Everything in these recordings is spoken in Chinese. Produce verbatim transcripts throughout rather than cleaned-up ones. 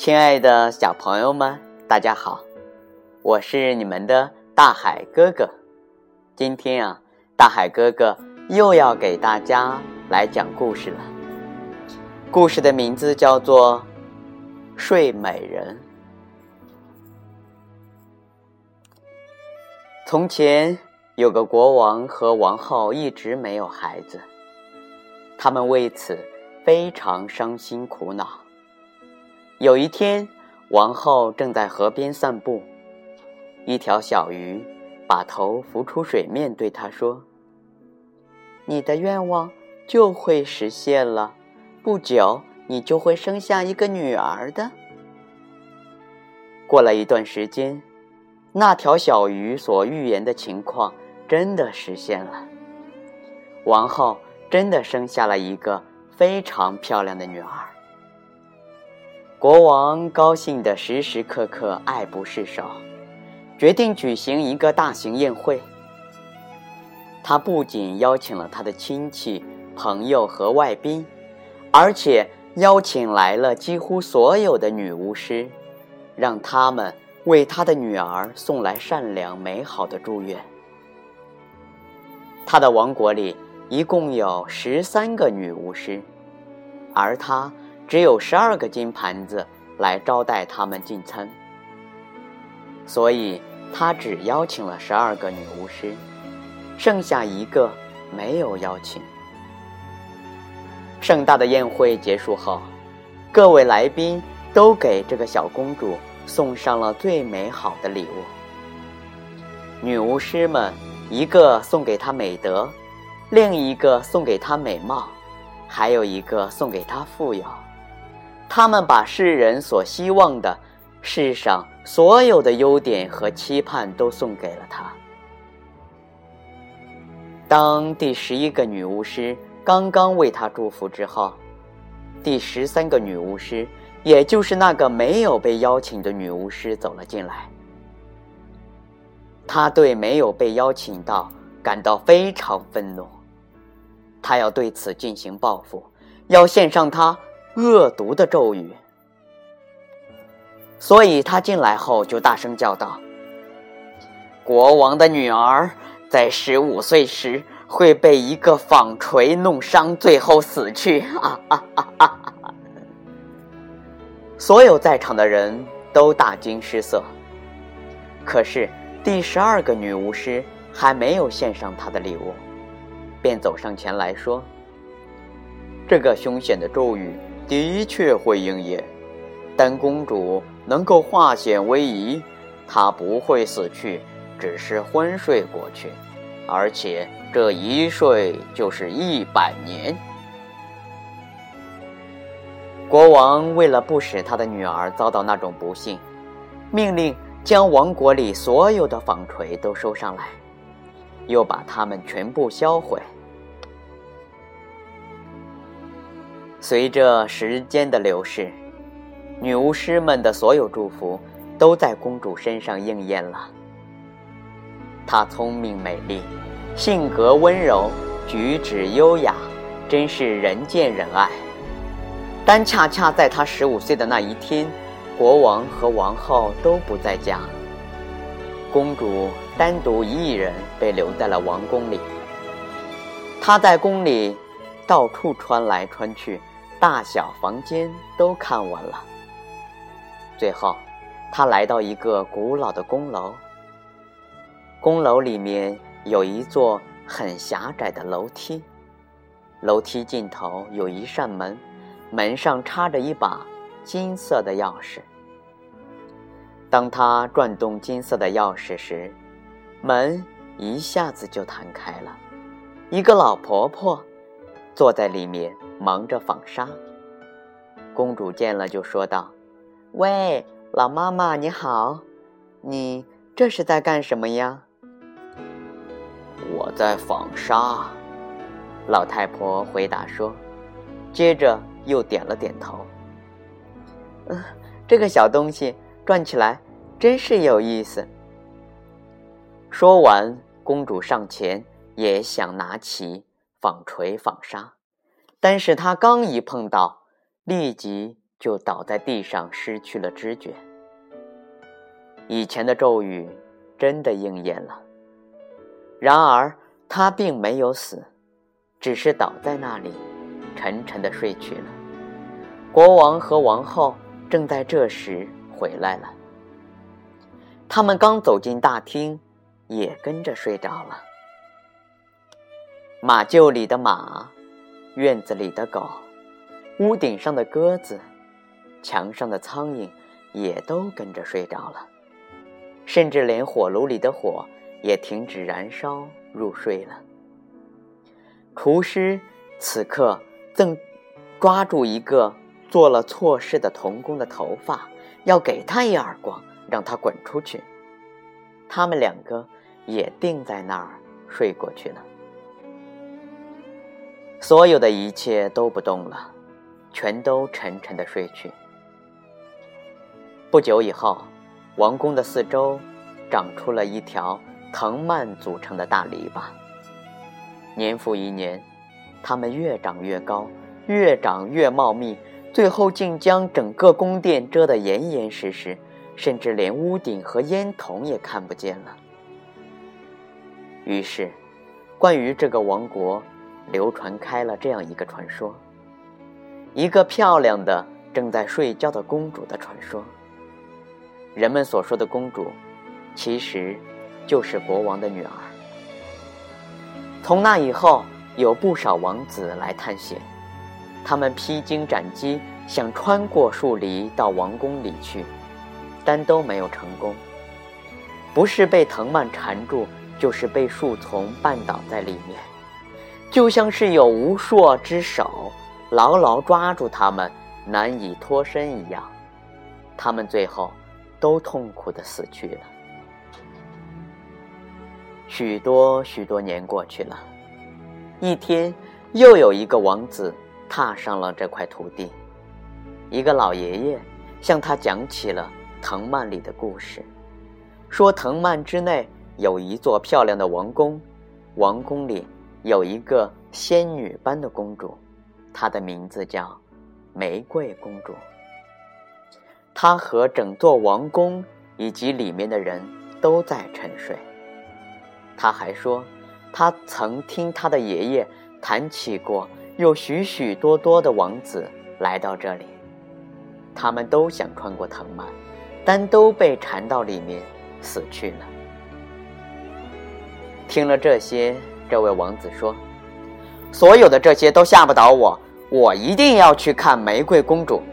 亲爱的小朋友们，大家好，我是你们的大海哥哥。今天啊，大海哥哥又要给大家来讲故事了。故事的名字叫做《睡美人》。从前有个国王和王后一直没有孩子，他们为此非常伤心苦恼。有一天，王后正在河边散步，一条小鱼把头浮出水面，对她说：你的愿望就会实现了，不久你就会生下一个女儿的。过了一段时间，那条小鱼所预言的情况真的实现了，王后真的生下了一个非常漂亮的女儿。国王高兴得时时刻刻爱不释手，决定举行一个大型宴会。他不仅邀请了他的亲戚、朋友和外宾，而且邀请来了几乎所有的女巫师，让他们为他的女儿送来善良美好的祝愿。他的王国里一共有十三个女巫师，而他只有十二个金盘子来招待他们进餐，所以他只邀请了十二个女巫师，剩下一个没有邀请。盛大的宴会结束后，各位来宾都给这个小公主送上了最美好的礼物。女巫师们一个送给她美德，另一个送给她美貌，还有一个送给她富有。他们把世人所希望的世上所有的优点和期盼都送给了她。当第十一个女巫师刚刚为她祝福之后，第十三个女巫师，也就是那个没有被邀请的女巫师走了进来。她对没有被邀请到感到非常愤怒，她要对此进行报复，要献上她恶毒的咒语。所以他进来后就大声叫道：国王的女儿在十五岁时会被一个纺锤弄伤，最后死去。啊啊啊啊啊！所有在场的人都大惊失色。可是第十二个女巫师还没有献上她的礼物，便走上前来说：这个凶险的咒语的确会应验，但公主能够化险为夷，她不会死去，只是昏睡过去，而且这一睡就是一百年。国王为了不使他的女儿遭到那种不幸，命令将王国里所有的纺锤都收上来，又把它们全部销毁。随着时间的流逝，女巫师们的所有祝福都在公主身上应验了。她聪明美丽，性格温柔，举止优雅，真是人见人爱。但恰恰在她十五岁的那一天，国王和王后都不在家，公主单独一人被留在了王宫里。她在宫里到处穿来穿去，大小房间都看完了。最后他来到一个古老的宫楼，宫楼里面有一座很狭窄的楼梯，楼梯尽头有一扇门，门上插着一把金色的钥匙。当他转动金色的钥匙时，门一下子就弹开了，一个老婆婆坐在里面忙着纺纱。公主见了就说道：喂，老妈妈你好，你这是在干什么呀？我在纺纱，老太婆回答说，接着又点了点头。呃，这个小东西转起来真是有意思。说完，公主上前也想拿起纺锤纺纱，但是她刚一碰到，立即就倒在地上失去了知觉。以前的咒语真的应验了，然而他并没有死，只是倒在那里沉沉地睡去了。国王和王后正在这时回来了，他们刚走进大厅，也跟着睡着了。马厩里的马，院子里的狗，屋顶上的鸽子，墙上的苍蝇也都跟着睡着了，甚至连火炉里的火也停止燃烧入睡了。厨师此刻正抓住一个做了错事的童工的头发，要给他一耳光，让他滚出去。他们两个也定在那儿睡过去了。所有的一切都不动了，全都沉沉地睡去。不久以后，王宫的四周长出了一条藤蔓组成的大篱笆。年复一年，它们越长越高，越长越茂密，最后竟将整个宫殿遮得严严实实，甚至连屋顶和烟筒也看不见了。于是，关于这个王国流传开了这样一个传说，一个漂亮的正在睡觉的公主的传说。人们所说的公主，其实就是国王的女儿。从那以后，有不少王子来探险，他们披荆斩棘，想穿过树篱到王宫里去，但都没有成功。不是被藤蔓缠住，就是被树丛绊倒在里面，就像是有无数只手牢牢抓住他们，难以脱身一样。他们最后都痛苦地死去了。许多许多年过去了，一天，又有一个王子踏上了这块土地。一个老爷爷向他讲起了藤蔓里的故事，说藤蔓之内有一座漂亮的王宫，王宫里有一个仙女般的公主，她的名字叫玫瑰公主。她和整座王宫以及里面的人都在沉睡。他还说，他曾听他的爷爷谈起过有许许多多的王子来到这里，他们都想穿过藤蔓，但都被缠到里面死去了。听了这些，这位王子说，所有的这些都吓不倒我，我一定要去看玫瑰公主。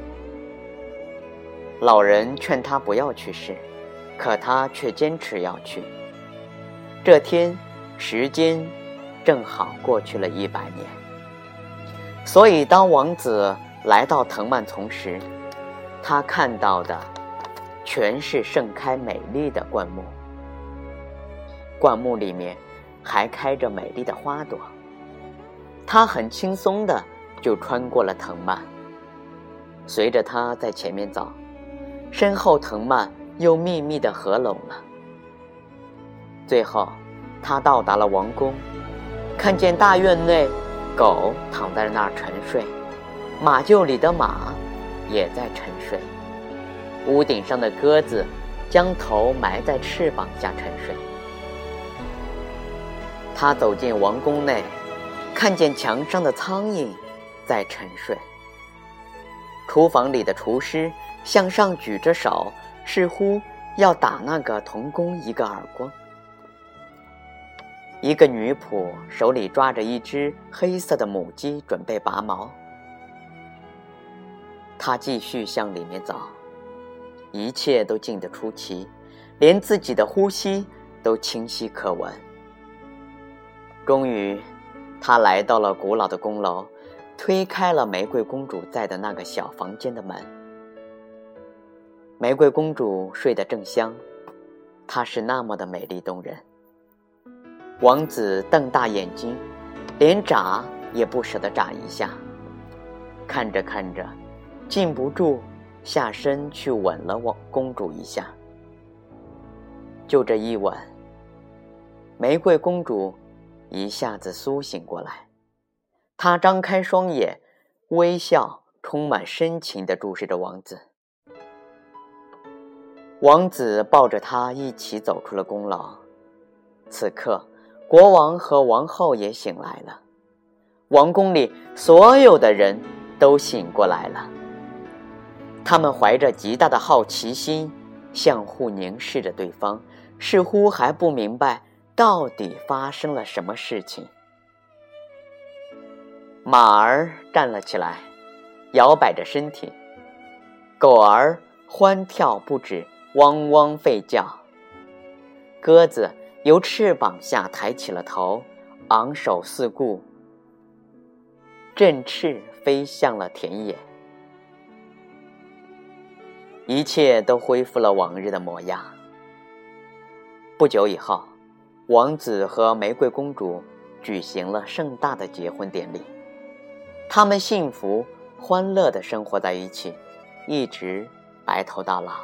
老人劝他不要去试，可他却坚持要去。这天，时间正好过去了一百年，所以当王子来到藤蔓丛时，他看到的全是盛开美丽的灌木，灌木里面还开着美丽的花朵。他很轻松地就穿过了藤蔓，随着他在前面走，身后藤蔓又密密地合拢了。最后他到达了王宫，看见大院内狗躺在那儿沉睡，马厩里的马也在沉睡，屋顶上的鸽子将头埋在翅膀下沉睡。他走进王宫内，看见墙上的苍蝇在沉睡，厨房里的厨师向上举着手，似乎要打那个童工一个耳光。一个女仆手里抓着一只黑色的母鸡，准备拔毛。她继续向里面走，一切都静得出奇，连自己的呼吸都清晰可闻。终于，她来到了古老的宫楼，推开了玫瑰公主在的那个小房间的门。玫瑰公主睡得正香，她是那么的美丽动人。王子瞪大眼睛，连眨也不舍得眨一下，看着看着，禁不住下身去吻了王公主一下。就这一吻，玫瑰公主一下子苏醒过来，她张开双眼，微笑充满深情地注视着王子。王子抱着他一起走出了宫楼。此刻，国王和王后也醒来了，王宫里所有的人都醒过来了。他们怀着极大的好奇心，相互凝视着对方，似乎还不明白到底发生了什么事情。马儿站了起来，摇摆着身体，狗儿欢跳不止，汪汪吠叫。鸽子由翅膀下抬起了头，昂首四顾，振翅飞向了田野。一切都恢复了往日的模样。不久以后，王子和玫瑰公主举行了盛大的结婚典礼。他们幸福欢乐地生活在一起，一直白头到老。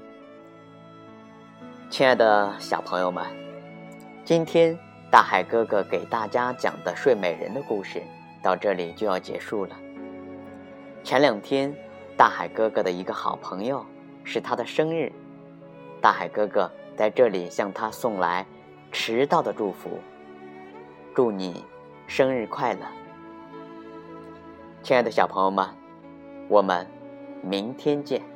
亲爱的小朋友们，今天大海哥哥给大家讲的睡美人的故事到这里就要结束了。前两天大海哥哥的一个好朋友是他的生日，大海哥哥在这里向他送来迟到的祝福，祝你生日快乐。亲爱的小朋友们，我们明天见。